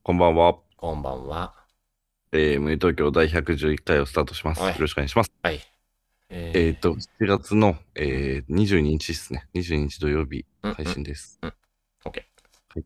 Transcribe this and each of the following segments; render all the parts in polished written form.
こんばんは。 こんばんは。 無東京第111回をスタートします。 はい。 よろしくお願いします。 はい。 7月の、 うん。 22日ですね。22日土曜日うん、うん、 配信です。 うん。オッケはい。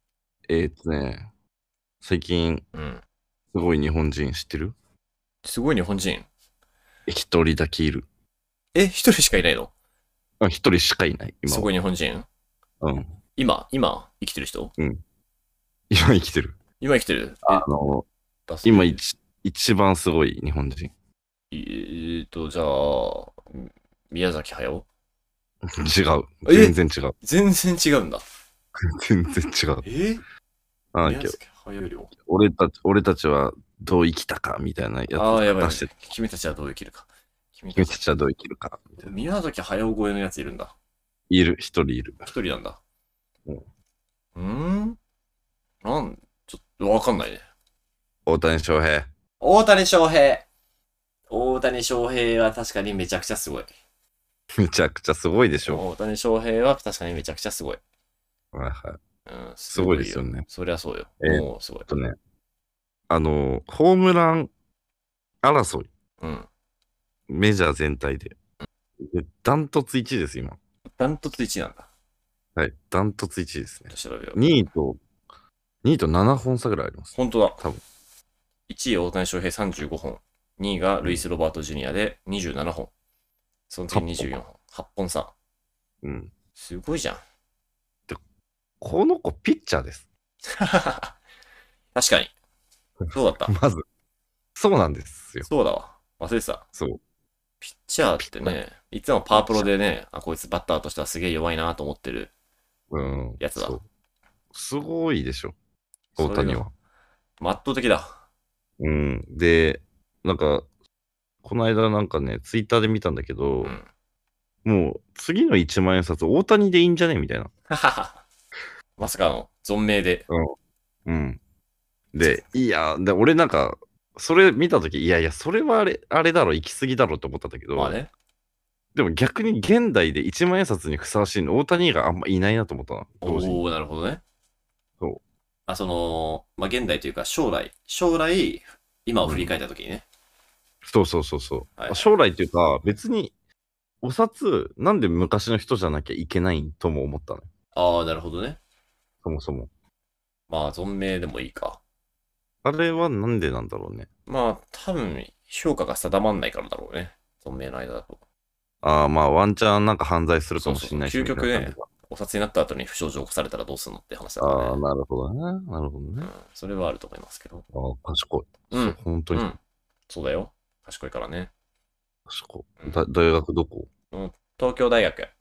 最近、 ー。うん。 すごい日本人知ってる？ すごい日本人。 一人だけいる。 一人しかいないの？ あ、一人しかいない、今は。 すごい日本人。 うん。 今、生きてる人？ うん。今生きてる。 今生きてる？ あの、 出せる？ 一番すごい日本人。 じゃあ、宮崎駿？ 違う。全え然違う。 全然違うんだ。 全然違う。 え宮あ、 崎駿よりも。 俺たちはどう生きたかみたいなやつああ、やばいやばい。 出して君たちはどう生きるか。君たちは。 君たちはどう生きるかみたいな。 宮崎駿超えのやついるんだ。 いる、一人いる。 一人なんだ。 うん。 うーんちょっとわかんないね。 大谷翔平。 大谷翔平。大谷翔平は確かにめちゃくちゃすごい。 めちゃくちゃすごいでしょ。 大谷翔平は確かにめちゃくちゃすごい。 はいはい。 うん、 すごいすごいよ。 ですよね。 そりゃそうよ。 えーっもうすごい。 ね、ホームラン争い、 うん。 メジャー全体で。ダントツ1位です、今。 ダントツ1なんだ。 はい。ダントツ1位ですね。 調べよう。 2位と、2位と7本差ぐらいあります。 本当だ。 多分。 1位大谷翔平35本。2位がうん。 ルイス・ロバート・ジュニアで27本。その次 8本 24 か。 本。8本差。 うん。 すごいじゃん。 で、この子、ピッチャーです。 確かに。そうだった。 まず、そうなんですよ。 そうだわ。忘れてた。 そう。 ピッチャーっピッチャー、 てね、いつもパワープロピッチャー。 でね、こいつバッターとしてはすげえ弱いなと思ってるうん。 やつだ。 そう。すごいでしょ、大それが、 谷は。 圧倒的だ。 うん。で、なんか、この間なんかね、ツイッターで見たんだけど、 うん。 もう次の1万円札大谷でいいんじゃねみたいな。 ははは。まさかの、存命で。 うん。うん。で、いや、で、俺なんか、それ見たとき、いやいや、それはあれだろ、行き過ぎだろって思ったんだけど、 まあね。 でも逆に現代で1万円札にふさわしいの、大谷があんまいないなと思ったな、同時に。 おー、なるほどね。 そ現代というか将来、今をう。うん。 振り返ったときにね。 そうそうそうそう。 はいはい。 将来っていうか、別に、お札、なんで昔の人じゃなきゃいけないとも思ったの。 ああ、なるほどね。 そもそも。 まあ、存命でもいいか。 あれはなんでなんだろうね。 まあ、多分、評価が定まんないからだろうね。存命の間だと。 ああ、まあ、ワンチャンなんか犯罪するかそうそうそう。 もしんないし、 究みたいな極ね、 感じか。 お札になった後に不祥事を起こされたらどうすんのって話だからああ、 ね。 なるほどね。なるほどうん。 ね。 それはあると思いますけど。 ああ、賢い。そう、 うん。 本当にうん。そうだよ。賢いからね。 賢い。 うん。 大学どこ？ うん、東京大学。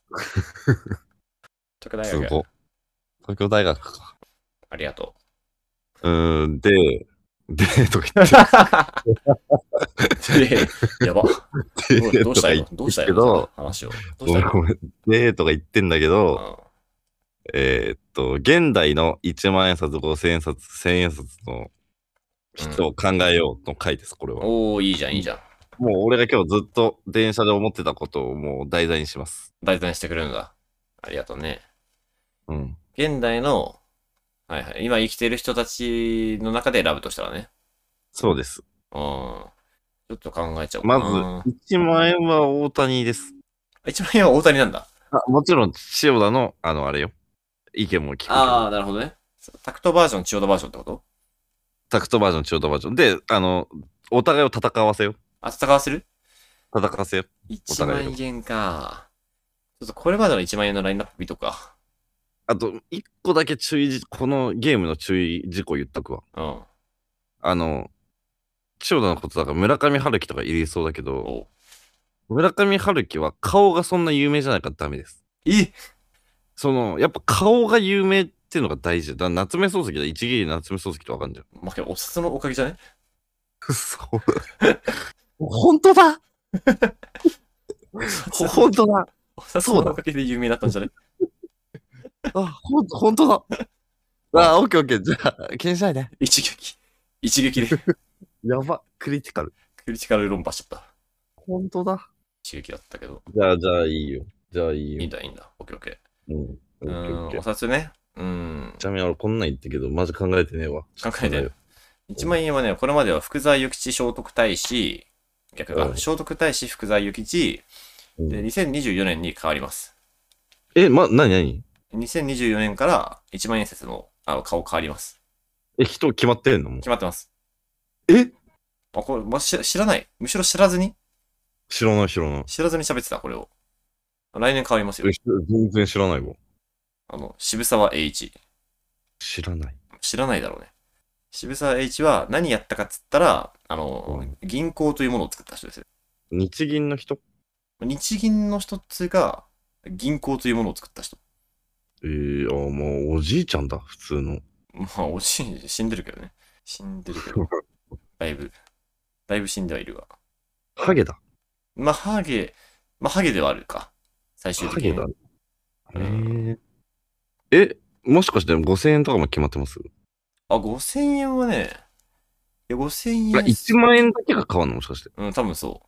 東京大学。 すご。東京大学か。 ありがとで、とかう。 言って、 やば。どうしたいとか言ってるのどうしたいのじゃあ、 けど、 話を。どうしたいの？ ごめんごめん。とか言ってんだけど、 うん。 現代の1万円札、5千円札、1000円札のうん。 人を考えようの回です、これは。 おー、いいじゃん、 うん。 いいじゃん。 もう俺が今日ずっと電車で思ってたことをもう題材にします。 大胆にしてくれるんだ。ありがとうね。 うん。 現代の、はいはい、今生きてる人たちの中で選ぶとしたらね。 そうです。 うん。ちょっと考えちゃおうかまず、 な。 1万円は大谷です。 一番いいは大谷なんだ。 あ、もちろん、千代田の、あれよ。意見も聞くけど。 あー、なるほどね。タクトバージョン、千代田バージョンってこと？ タクトバージョン、千代田バージョン。で、お互いを戦わせよ。 あ、戦わせる？ 戦わせよ。お 1 互いを。 万円か。ちょっとこれまでの1万円のラインナップ見とくか。 あと、一個だけこのゲームの注意事項言っとくわ。 うん。 あの、千代田のことだから村上春樹とか入れそうだけど、 お村上春樹は顔がそんな有名じゃないからダメです。 えやっぱ顔が有名っていうのが大事だ。だから夏目漱石だ、一撃で夏目漱石ってわかんじゃん。 まあ、けどお札のおかげじゃね？ そう。本当だ。 お札の、 本当だ。 お札そうだ。 のおかげで有名だったんじゃね？ 本当だ。 あ、 オッケーオッケー。じゃあ、気にしないで。 一撃。一撃でやば。クリティカル。 クリティカル論破しちゃった。 本当だ。 一撃だったけど。 じゃあいいよ。じゃあいいよ。 いいんだ、いいんだ。オッケーオッケうん。オー。 ッケーオッケー。 お札ね。 うん。 ちなみに俺こんなん言ったけど、マジ考えてねえわ。 考えてる。1万円はね、これまでは福沢諭吉聖徳太子、逆か、聖徳太子福沢諭吉、で、 うん。 2024年に変わります。 なになに 2024年から1万円札の顔変わります。 人決まってんのもう。 決まってます。 えこれ、知らない。むしろ知らずに知らない知らない。 喋ってた、これを。来年変わりますよ。 全然知らないわ。 渋沢栄一。 知らない。 知らないだろうね。渋沢栄一は何やったかっつったら、 うん、 銀行というものを作った人ですよ。 日銀の人日銀の人っつうか、銀行というものを作った人。 もうおじいちゃんだ、普通の。 まあ、死んでるけどね。死んでるけど。だいぶ、だいぶ死んではいるが。 ハゲだ。 まあ、ハゲではあるか。最終的にね。 ハゲだ。 うん。 もしかして5000円とかも決まってます？ 5000円はね、いや、5000円、 1万円だけが変わんのもしかして。 うん、多分そ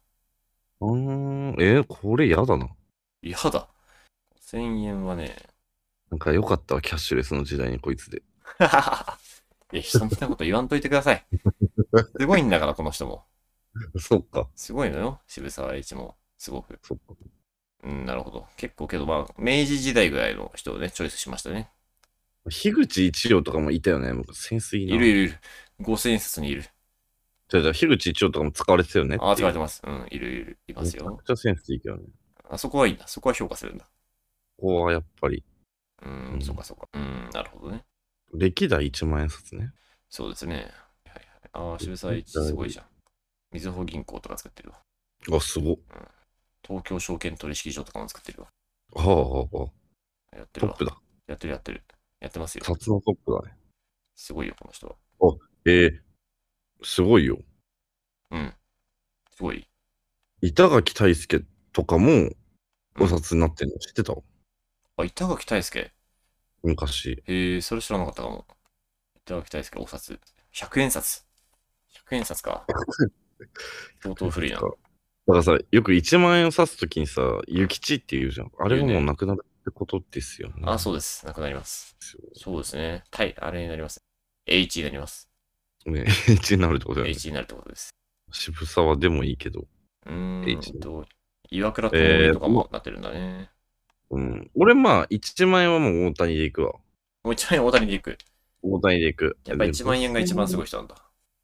これやだな。 う。嫌だ。1000円はね、 なんか良かったわ、キャッシュレスの時代にこいつで。 いや、そんなこと言わんといてください。すごいんだから、この人も。 そっか、 すごいのよ、渋沢栄一も。すごく。 そっか。 うん、なるほど。結構けど、まあ、明治時代ぐらいの人をね、チョイスしましたね。 樋口一葉とかもいたよね。もうセンスいいな。 いるいるいる。5000円札にいる。 じゃあ、樋口一葉とかも使われてたよねっああ、 ていう。 使われてます。うん、いるいる。いまめちゃすよ。 くちゃセンスいいけどね。 あそこはいいんだ。そこは評価するんだ。 ここはやっぱり、 そっかそっか。なるほどね。 歴代1万円札ね。 そうですね。はいはい。ああ、渋沢栄一すごいじゃん。みずほ銀行とか作ってるわ。 すごっ。 東京証券取引所とかも作ってるわ。 はあ、はあ、はあ。 やってるわ。 トップだ。 やってるやってる。やってますよ。 札のトップだね。 すごいよ、この人は。 あ、すごいよ。 うん。すごい。 板垣退助とかもおうん。 札になってんの知ってた？ 板垣大輔。 昔。 へえ、それ知らなかったかも。板垣大輔、お札。100円札。100円札か。相当古いな。 だからさ、よく1万円を指すときにさ、諭吉って言うじゃん。あれがもう言うね。 なくなるってことですよね。 あ、そうです。なくなります。そうですね。あれになります。H になります。 ね、H になるってことだよね。 H になるってことです。 渋沢でもいいけど、 うー H ね。 岩倉智美とかま、 もなってるんだね。 俺まあ、1万円はもう大谷で行くわ。 もう1万円大谷でいく。 大谷で行く。 やっぱ1万円が一番すごい人なんだ。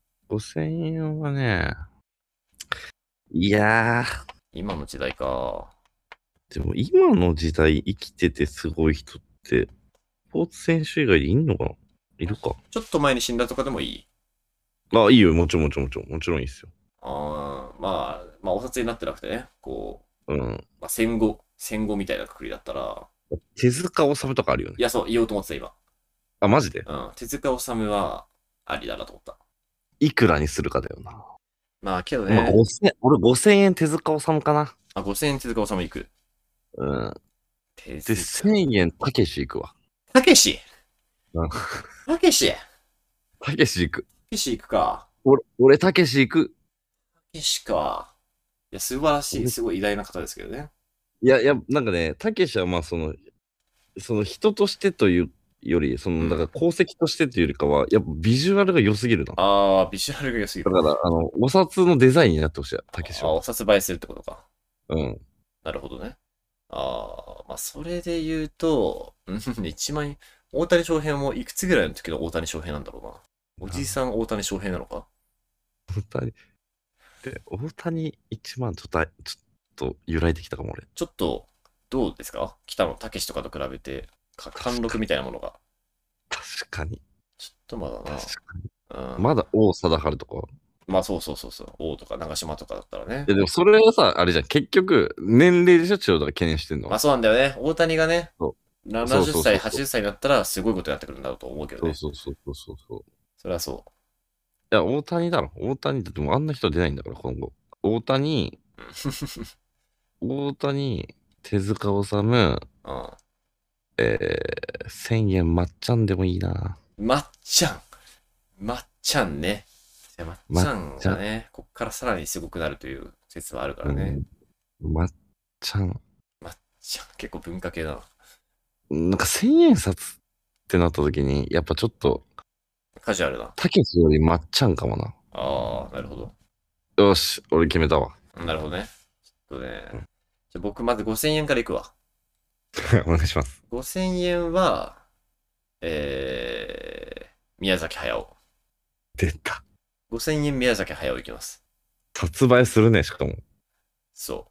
5000円はね、いやー、 今の時代か。 でも今の時代生きててすごい人って、スポーツ選手以外でいんのかな？いるか。 ちょっと前に死んだとかでもいい。 いいよ。もちろん、もちろん、もちろん。もちろんいいっすよ。 まあ、お札になってなくてね、 うん。 戦後みたいなくくりだったら、 手塚治虫とかあるよね。 いや、そう、言おうと思ってた、今。 マジで？ 手塚治虫は、ありだなと思った。 いくらにするかだよな。 まあ、けどまあ、 ね、 俺5000円手塚治虫かな。 5000円手塚治虫行く。 うん。で、 手塚。 1000円たけし行くわ。 たけしうん。 たけしたけし行く。 たけし行くか。 俺たけし行く。 たけしか。いや、素晴らしい、 俺すごい偉大な方ですけどね。 なんかね、たけしはまあその人としてというより、だから功績としてというよりかは、やっぱビジュアルが良すぎるな。 ビジュアルが良すぎる。 だから、お札のデザインになってほしい、たけしは。 お札映えするってことか。 うん。 なるほどね。まあ、それで言うと、1万円。大谷翔平もいくつぐらいの時の大谷翔平なんだろうな。おじさん大谷翔平なのか。 大谷、大谷1万ちょっと揺らいできたかも、俺。 ちょっと、どうですか北野武とかと比べて、貫禄みたいなものが。 確かに。 ちょっとまだな。 確かに。 うん。 まだ王貞治とか。 まあ、そうそうそうそう。王とか長島とかだったらね。 でもそれはさ、あれじゃん。結局、年齢でしょ、千代田が懸念してんのは。 まあ、そうなんだよね。大谷がね、 そう 70歳、 そうそうそう。 80歳になったらすごいことになってくるんだろうと思うけどそうね。 そうそうそうそうそう。 それはそいや、大谷だろ。大谷だってもうあんな人出ないんだから、今後。大谷、 う。 大谷、手塚治虫、 うん。 1000円まっちゃんでもいいな。 まっちゃん。まっちゃんね。まっまっちゃんちゃん。 がね、こっからさらにすごくなるという説はあるからね。 うん。まっちゃん。 まっちゃん、結構文化系だな。 なんか1000円札ってなった時に、やっぱちょっと、 カジュアルな。 たけしよりまっちゃんかもな。 ああ、なるほど。 よし、俺決めたわ。 なるほどね。ちょっとね。 うんじゃあ僕まず5000円からいくわ。 お願いします。 5000円は、宮崎駿。 出た。 5000円宮崎駿いきます。 殺売するね、しかも。 そう。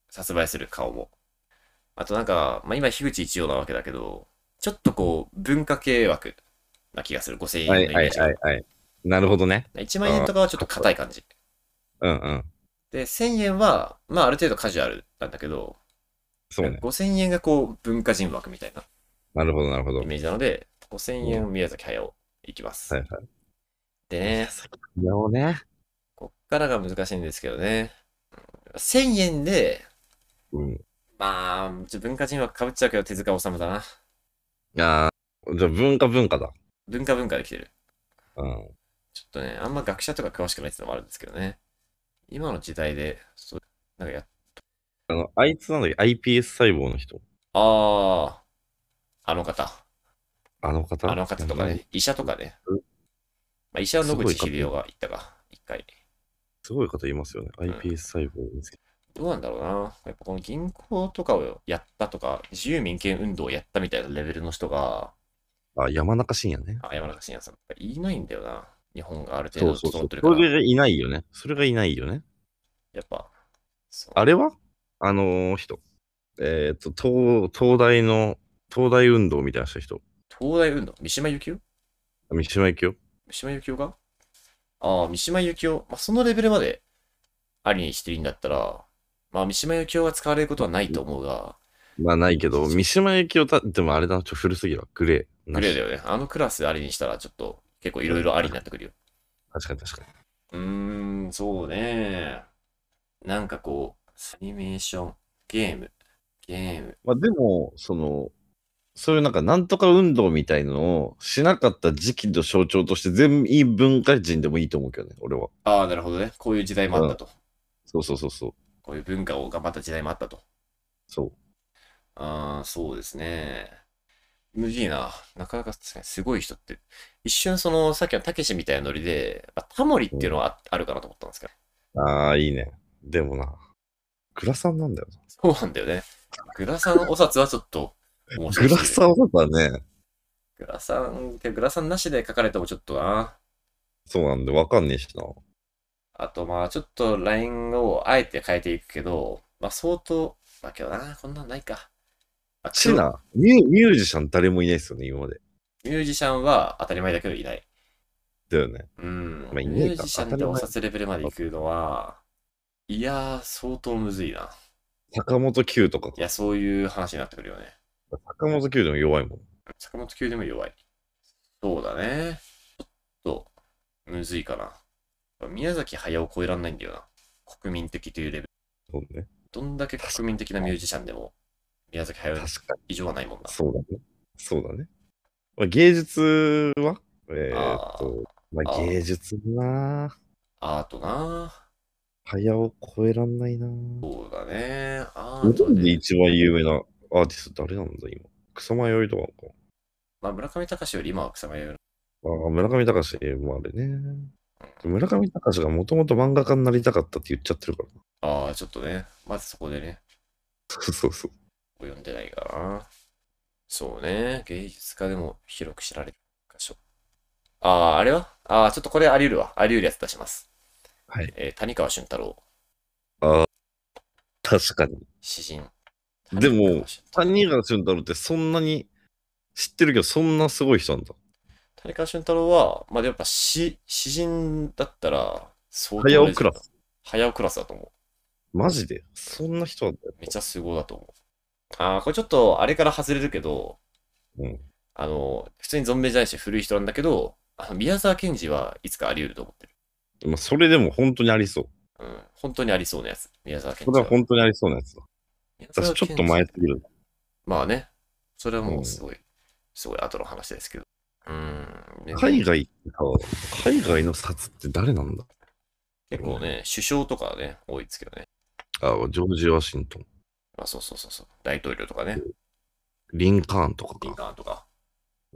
殺売する顔も。あとなんか、まあ、今、樋口一葉なわけだけど、ちょっとこう、文化系枠な気がする。5000 はいはい円のイメージが。 はいはい。なるほどね。 1万円とかはちょっと硬い感じ。 うんうん。 で、1000円は、まあ、ある程度カジュアルなんだけど、 そうね。 5000円がこう、文化人枠みたいななるほどなるほど。 イメージなので、5000 うん円宮崎駿いきます。 はいはい。 でね、 宮崎駿ね。 こっからが難しいんですけどね。1000円で、 うん。 まあ、文化人枠被っちゃうけど手塚治虫だな。 いやー、じゃあ文化だ。 文化で来てる。 うん。 ちょっとね、あんま学者とか詳しくないってのもあるんですけどね。今の時代で、そう、なんかあいつなんだっけ ?iPS 細胞の人。 ああの方。 あの方あの方とかね、医者とかね。まあ、医者は野口すごい方、 英世が言ったか、一回。 すごい方いますよね。 うん。 iPS 細胞を見つけどうなんだろうな。やっぱこの銀行とかをやったとか、自由民権運動をやったみたいなレベルの人が、 あ、山中伸也ね。 山中伸也さんとかいないんだよな。日本がある程度そうそうそう。 整ってるから。 それがいないよね。それがいないよね。 やっぱ、そう。 あれは人。東大運動みたいなした人。 東大運動、三島由紀夫三島由紀夫三島由紀夫が三島由紀夫。まあ、そのレベルまでありにしていいんだったら、まあ、三島由紀夫が使われることはないと思うが、 まあないけど、三島由紀夫でもあれだな、古すぎるわ。グレー。なし。 グレーだよね。あのクラスありにしたら、ちょっと結構いろいろありになってくるよ。 確かに確かに。 そうね。なんかこう、アニメーション、ゲーム。 まあでも、そういうなんとか運動みたいのをしなかった時期の象徴として全文化人でもいいと思うけどね、俺は。 ああ、なるほどね。こういう時代もあうん。 ったと。 そうそうそうそう。 こういう文化を頑張った時代もあったと。 そう。 ああ、そうですね。むずいな。なかなかすごい人って。一瞬さっきのたけしみたいなノリで、タモリっうん。 ていうのはあるかなと思ったんですけど。 ああ、いいね。でもな、グラサンなんだよな。 そうなんだよね。グラサンお札はちょっと面白グラすぎる。 サンだね。 グラサンなしで書かれてもちょっとな。 そうなんで、わかんねえしな。 あとまあちょっとラインをあえて変えていくけど、まあ相当、まあけどな、こんなんないか。 ミュージシャン誰もいないですよね、今まで。 ミュージシャンは当たり前だけどいない。 だよね。まあ、いミュねえか。 ージシャンで当たり前。 お札レベルまで行くのは、いやー、相当むずいな。 坂本九とかか。 いや、そういう話になってくるよね。 坂本九でも弱いもん。 坂本九でも弱い。そうだね。ちょっと、むずいかな。宮崎駿を超えらんないんだよな。国民的というレベル。 そうね。 どんだけ国民的なミュージシャンでも、宮崎駿確かに。 以上はないもんな。 そうだね。そうだね。まあ、芸術はあまあ、 あ、 芸術なアートな。 早を超えらんないなそうだね。アー日本でトで。 一番有名なアーティスト誰なんだ、今。草間彌生とかか。 まあ、村上隆より今は草間彌生。 ああ、村上隆もあれね。村上隆がもともと漫画家になりたかったって言っちゃってるから。 ああ、ちょっとね。まずそこでね、 そうそうそう。 読んでないからな。そうね。芸術家でも広く知られる箇所。あれはちょっとこれあり得るわ。あり得るやつ出します。 はい。 谷川俊太郎、 ああ、確かに。 詩人。 でも、 谷川俊太郎。 谷川俊太郎ってそんなに知ってるけど、そんなすごい人なんだ。 谷川俊太郎は、まあ、やっぱ詩人だったら、相当早レジェンド。 尾クラス。 早尾クラスだと思マジでそんな人なんだよ。 う。めちゃすごいだと思う。これちょっと、あれから外れるけど、 うん。 普通に存命じゃないし古い人なんだけど、宮沢賢治はいつかあり得ると思ってる。 まあ、それでも本当にありそう。 本当にありそうなやつ。宮沢賢それ治は。 は本当にありそうなやつだ。 宮私ちょっと沢賢治。 前すぎる。 まあね。それはもううん。 すごい後の話ですけど。でね、 海外ってさ、海外の札って誰なんだ結構ね、首相とかね、多いですけどね。 ジョージ・ワシントン。 まあそうそうそうそう。大統領とかね、 リンカーンとかリンか。 カーンとか。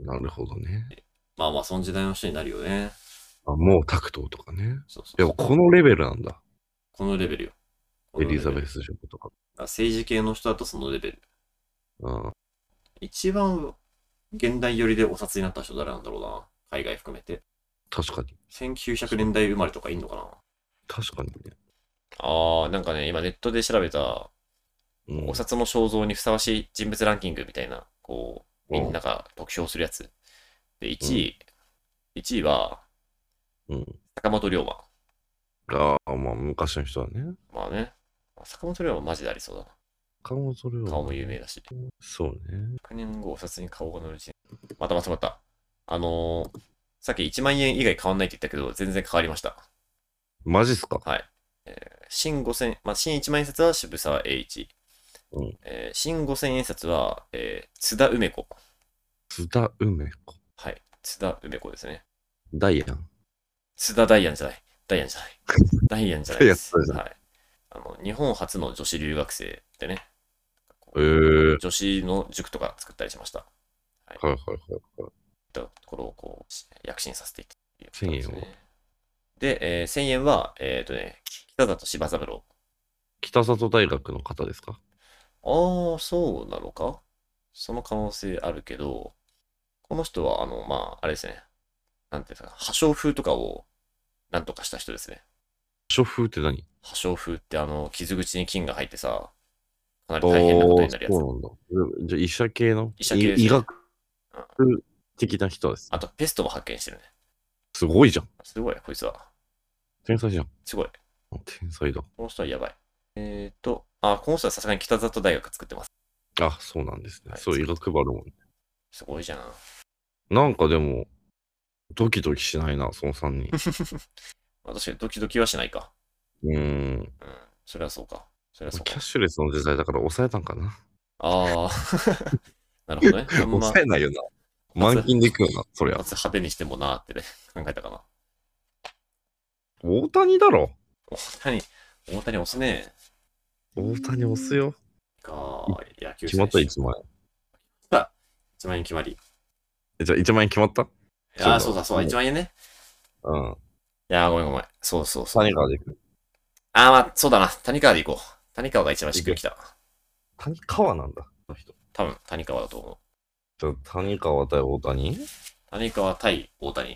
なるほどね。 まあまあ、その時代の人になるよね。 あ、もうタクトとかね。いや、 そうそうそう。 このレベルなんだ。 このレベルよ。こエのレベル。 リザベス女王とか。 政治系の人だとそのレベル。 うん。 一番現代寄りでお札になった人誰なんだろうな。海外含めて。 確かに。 1900年代生まれとかいんのかな。 確かにね。 なんかね、今ネットで調べた、 うん。 お札の肖像にふさわしい人物ランキングみたいな、こう、みんうん。 なが得票するやつ。で、1 うん。 位、1位は、 うん。 坂本龍馬。 ああ、まあ、昔の人はね。 まあね、坂本龍馬マジでありそうだな。 顔もそれを。 顔も有名だし。 そうね。 100年後お札に顔が乗る時点。またまたまた。さっき1万円以外変わんないって言ったけど、全然変わりました。 マジっすか？ はい。新5000、まあ、新1万円札は渋沢栄一。 うん。 新5000円札は、津田梅子。 津田梅子。 はい。津田梅子ですね。 ダイアン。 津田ダイアンじゃない。ダイアンじゃない。ダイアンじゃないです。 ダイアンじゃないはい。日本初の女子留学生でね、 はい女子の塾とか作ったりしました。はい。 はいはいはい。 ところをこう、躍進させていくっていう 1000円はで、1000円は、北里柴三郎。 北里大学の方ですか？ ああ、そうなのか。その可能性あるけど、この人は、まあ、あれですね。なんていうんですか、破傷風とかをなんとかした人ですね。 書風って何？ 破傷風って傷口に菌が入ってさ、かなりああ大変なことー、 になるやつ。 そうなんだ。じゃあ医者系の医者系ですね。 医学うん。 的な人です。 あと、ペストも発見してるね。 すごいじゃん。 すごい、こいつは。 天才じゃん。 すごい。 天才だ。 この人はやばい。この人はさすがに北里大学作ってます。 あ、そうなんですね。 はい、 そう、医学部あるもんね。 すごいじゃん。 なんかでも、ドキドキしないな、その3人。 まあ、確かにドキドキはしないか。 うーん。 うん。それはそうか。それはそうか。 キャッシュレスの時代だから抑えたんかな。 ああ、なるほどね。あんま、 抑えないよな。 一発満金でいくよな、そりゃ。 派手にしてもなーってね、考えたかな。 大谷だろ。 大谷、大谷押すね。 大谷押すよ。 野球決まった選手。 1万円。 さ1万円決まり。 じゃあ1万円決まった？ そうだ、1万円ね。 うん。 いやー、ごめんごめん。そうそうそう。 谷川で行く。 まあ、そうだな。谷川で行こう。谷川が一番しっくりきた。 谷川なんだ。 多分、谷川だと思う。 じゃあ谷川対大谷？ 谷川対大谷。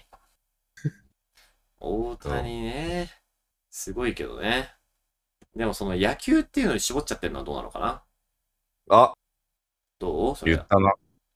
大谷ね。すごいけどね。でもその野球っていうのに絞っちゃってるのはどうなのかな。 あ、 どうそれは。 言ったな。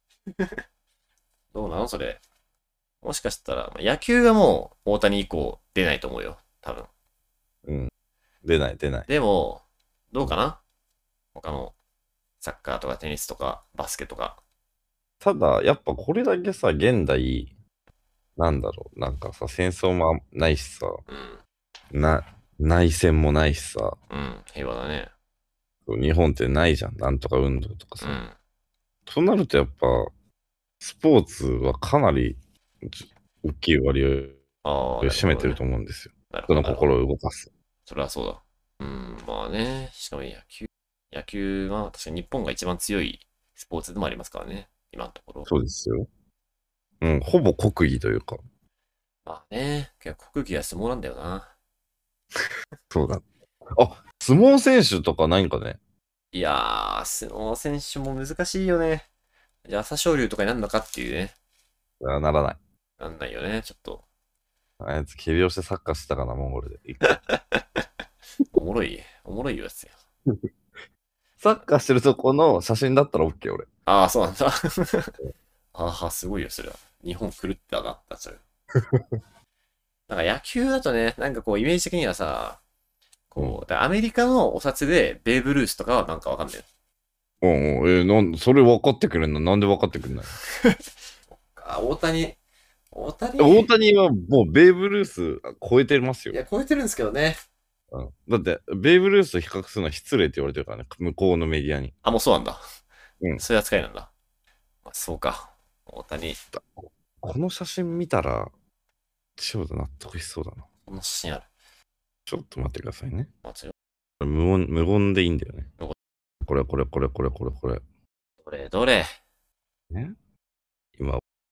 どうなのそれ。もしかしたら、野球がもう大谷以降出ないと思うよ。多分。 うん。出ない、出ない。 でも、どうかな他のサッカーとかテニスとかバスケとか。 ただ、やっぱこれだけさ、現代、なんだろう、なんかさ、戦争もないしさ、 うん。 内戦もないしさ、 うん。平和だね。 日本ってないじゃん。なんとか運動とかさ。 うん。 となるとやっぱ、スポーツはかなり大きい割合を占めてると思うんですよ。人の心を動かす。 それはそうだ。うん、まあね。しかも野球は確かに日本が一番強いスポーツでもありますからね。今のところ。 そうですよ。うん、ほぼ国技というか。 まあね。国技は相撲なんだよな。 そうだ。あ、相撲選手とかないんかね。 いやー、相撲選手も難しいよね。じゃあ朝青龍とかになるのかっていうね。 ならない。 なんないよね、ちょっと。 あいつ、蹴り押してサッカーしてたかな、モンゴルで。 おもろいやつよ。 サッカーしてるとこの写真だったら OK、俺。 ああ、そうなんだ。すごいよ、それは。日本狂ったな、ったちゃう。なんか野球だとね、なんかこう、イメージ的にはさ、アメリカのお札でベーブ・ルースとかはなんかわかんない。 それ分かってくれんの？なんで分かってくれない？ 大谷大谷はもうベーブ・ルース超えてますよ。 いや、超えてるんですけどね。 うん、だって、ベーブ・ルースと比較するのは失礼って言われてるからね、向こうのメディアに。 もうそうなんだ。 うん。 そういう扱いなんだ。そうか。大谷。 この写真見たら、超納得しそうだな。 この写真ある。 ちょっと待ってくださいね。 待つよ。 無言でいいんだよね。これ。 どれね、今、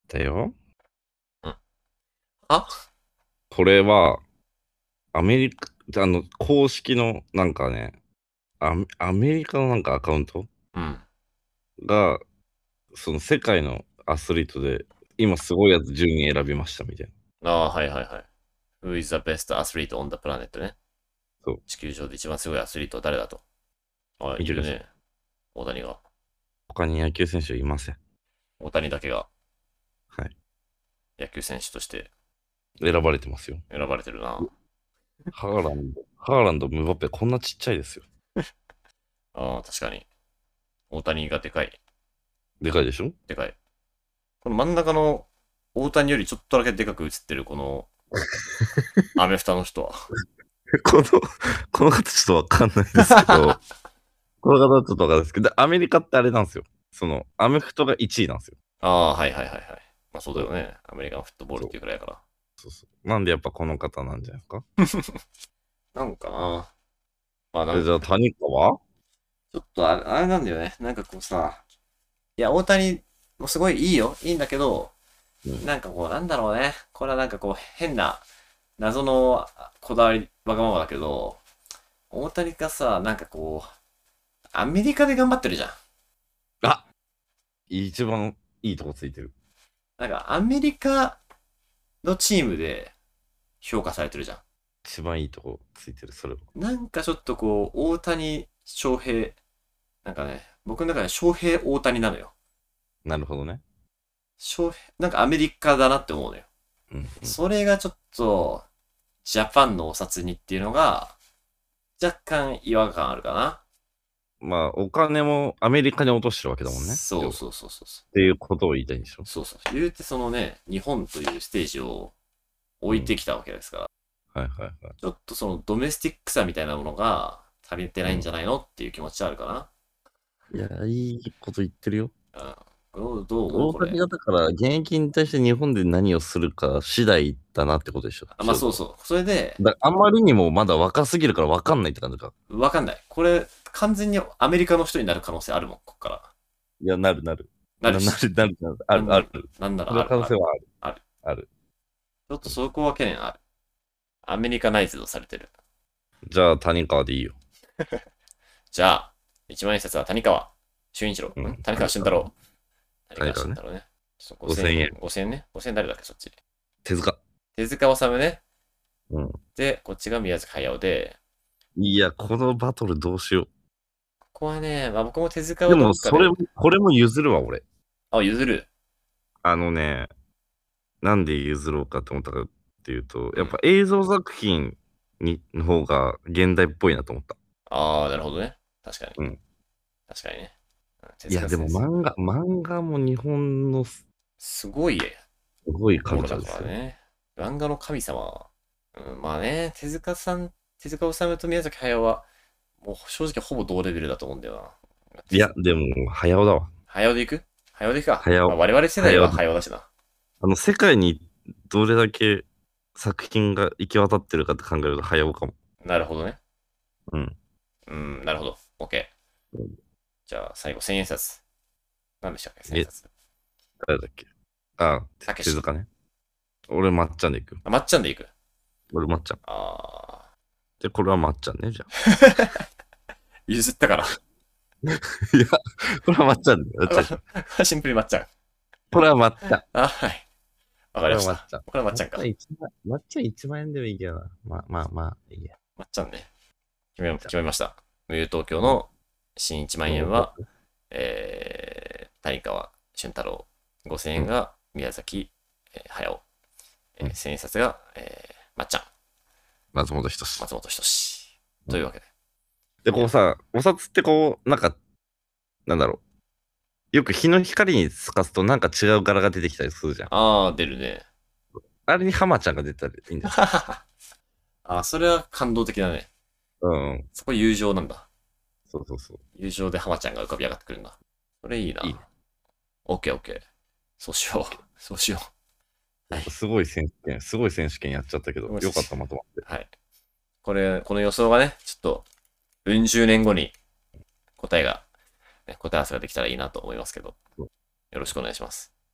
だよ。 うん。あこれは、アメリカ、公式のなんかね、アメリカのなんかアカウントうん。 が、その世界のアスリートで、今すごいやつ順位選びましたみたいな。 ああ、はいはいはい。Who is the best athlete on the planet ね。 そう。 地球上で一番すごいアスリートは誰だと。あ、 見てください。 いるね。大谷が。 他に野球選手はいません。 大谷だけがはい。 野球選手として選ばれてますよ。 選ばれてるな。 ハーランド、ムバペ、こんなちっちゃいですよ。 ああ、確かに。大谷がでかい。 でかいでしょ？ でかい。この真ん中の大谷よりちょっとだけでかく映ってるこのアメフタの人は。 この、この方ちょっとわかんないですけど、この方ちょっとわかんないですけど、アメリカってあれなんですよ。アメフトが1位なんですよ。 ああ、はいはいはいはい。まあそうだそうよね。アメリカンフットボールっていうくらいだから。 そうそう。なんでやっぱこの方なんじゃないですか？ なんかな。まあなんか、 じゃあ、谷川。 ちょっとあれなんだよね。なんかこうさ、いや、大谷もすごいいいよ。いいんだけど、 うん。 なんかこう、なんだろうね。これはなんかこう、変な、謎のこだわり、わがままだけど、大谷がさ、なんかこう、アメリカで頑張ってるじゃん。 あ、一番いいとこついてる。 なんかアメリカのチームで評価されてるじゃ一番いいとこついてる、それは。 ん。なんかちょっとこう、大谷翔平、なんかね、僕の中で翔平大谷なのよ。 なるほどね。 翔平、なんかアメリカだなって思うのよ。 うん、 それがちょっと、ジャパンのお札にっていうのが、若干違和感あるかな。 まあ、お金もアメリカに落としてるわけだもんね。要はっそうそうそうそうそう。 ていうことを言いたいんでしょ？ そうそう。言うてそのね、日本というステージを置いてきたわけですから、 はいはいはい。 ちょっとそのドメスティックさみたいなものが足りてないんじゃないのっていう気持ちはあるかいや、いいこと言ってるよ。 な。うん。どう思うこれ。 大谷がだから現役に対して日本で何をするか次第だなってことでしょ。 あ、まあそうそう。それで、 あまりにもまだ若すぎるから分かんないって感じか。 わかんない。これ、完全にアメリカの人になる可能性あるもん、こっから。 いや、なるなる。 なるし。 あるある。 なんならその可能性はある。 ある。 ある。 ちょっとそこは懸念ある。アメリカナイズドされてる。 じゃあ、谷川でいいよ。 じゃあ、一万円札は谷川俊一郎。 うん。 谷川俊太郎。谷川谷川ね。 俊太郎ね。ちょっと 5000 5000 円。 円。5000円ね。5000円誰だっけ、そっち。 手塚。 手塚治虫ね。 うん。 で、こっちが宮崎駿で、 いや、このバトルどうしよう。 ここはね、まあ僕も手塚でをどっかで、 も、これも譲るわ、俺。 あ、譲る。 あのね、なんで譲ろうかって思ったかっていうと、 うん。 やっぱ映像作品の方が現代っぽいなと思った。 ああ、なるほどね。確かに。 うん。 確かにね。うん手いや、でも塚先生。 漫画も日本のすごいごいカものだルチャーですよ。 からね。漫画の神様。うん、まあね、手塚治虫と宮崎駿は、もう正直ほぼ同レベルだと思うんだよな。 いや、でも、早尾だわ。 駿で行く駿で行くか。 早尾。 まあ、我々世代は早尾。 駿だしな。 世界にどれだけ作品が行き渡ってるかって考えると早尾かも。 なるほどね。 うん。 うん、なるほど。OK。じゃあ、最後、千円札。何でしたっけ千円札。 誰だっけ？あ、 たけし。 手塚ね。俺、まっちゃんで行く。 あ、まっちゃんで行く。 俺、まっちゃん。 あで、これはまっちゃんね、じゃあ。 譲ったから。 いや、これはまっちゃんだよ。 シンプルにまっちゃん。 これはまっちゃん。 あ、はい。わかりました。 これはまっちゃん。 これはまっちゃんか。 まっちゃん1万円でもいいけどな。まあ、いいや。 まっちゃんね。決めました。無友東京の新1万円は、谷川俊太郎。5000円が宮崎、駿。1000円札が、まっちゃん。 松本人志。 松本人志。というわけで。 で、こうさ、お札ってこう、なんか、なんだろう。よく日の光に透かすとなんか違う柄が出てきたりするじゃん。 あー、出るね。 あれに浜ちゃんが出たらいいんだよ。 あ、それは感動的だね。 うん。 そこ友情なんだ。 そうそうそう。 友情で浜ちゃんが浮かび上がってくるんだ。それいいな。 いいね。 オッケーオッケー。そうしよう。そうしよう。はい。 すごい選手権やっちゃったけど、よかった、まとまって。 はい。この予想がね、ちょっと、うん十年後に答え合わせができたらいいなと思いますけど、よろしくお願いします。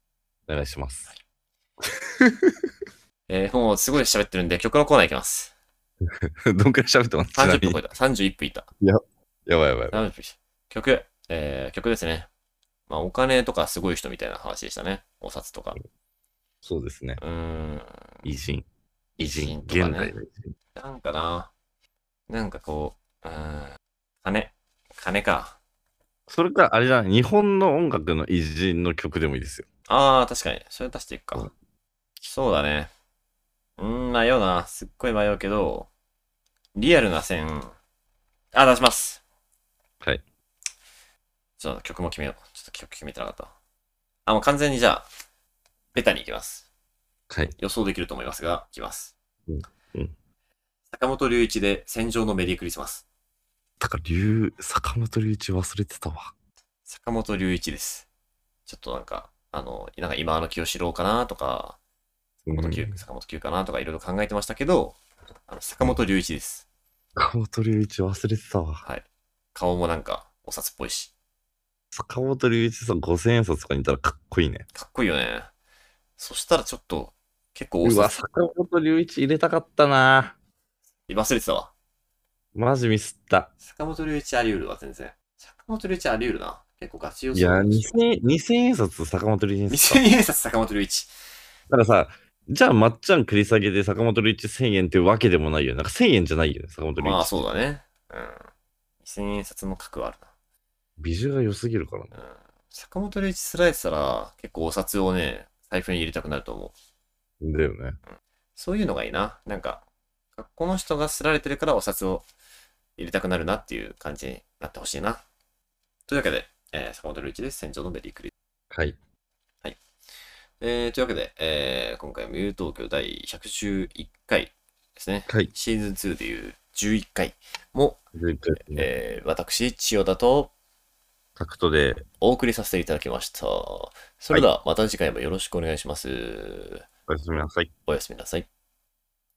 お願いします。 もうすごい喋ってるんで、曲のコーナーいきます。 どんくらい喋ってますちな 30 みに。 分超えた。31分いった。 や、やばいやばいやばい。 30分いった。曲、曲ですね。まあ、お金とかすごい人みたいな話でしたね。お札とか。 そうですね。 うーん。 偉人。 偉偉人。 人とかね。 現代の偉人。 なんかな。なんかこう、金。金か。 それか、あれじゃない、日本の音楽の偉人の曲でもいいですよ。 ああ、確かに。それ出していくか。 うんそうだね。迷うな。すっごい迷うけど、リアルな線。あ、出します。 はい。 ちょっと曲も決めよう。ちょっと曲決めてなかった。もう完全にじゃあ、ベタに行きます。 はい。 予想できると思いますが、いきます。 うん。うん。 坂本龍一で戦場のメリークリスマス。 だから、坂本龍一忘れてたわ。 坂本龍一です。ちょっとなんか今の清志郎かなとか、坂本九かなとかいろいろ考えてましたけど、坂本龍一です。 坂本龍一忘れてたわ。 はい。顔もなんか、お札っぽいし。 坂本龍一さん5000円札とかにいたらかっこいいね。 かっこいいよね。そしたらちょっと、結構おうわ、 札、 坂本龍一入れたかったな。 忘れてたわ。 マジミスった。 坂本龍一あり得るわ、全然。坂本龍一あり得るな。結構ガチ予いや、 想してる。 2000円札坂本龍一にすか。 2000円札坂本龍一。 だからさ、じゃあ、まっちゃん繰り下げで坂本龍一1000円っていうわけでもないよね。なんか1000円じゃないよね、坂本龍まあ一って。 そうだね。うん。2000円札の格はあるビジュが良すぎるからね。 な。うん。坂本龍一スライスたら、結構お札をね、財布に入れたくなると思う。 だよね。 そういうのがいいな。なんか、この人がすられてるからお札を入れたくなるなっていう感じになってほしいな。というわけで、坂本龍一です。戦場のメリークリスはい。 マス。はい。というわけで、今回、ミュー東京第111回ですね。 はい。 シーズン2でいう11回も、 11回ですね。 私、千代田とタクトで、 お送りさせていただきました。それでは、また次回もよろしくお願いします。 おやすみなさい。 おやすみなさい。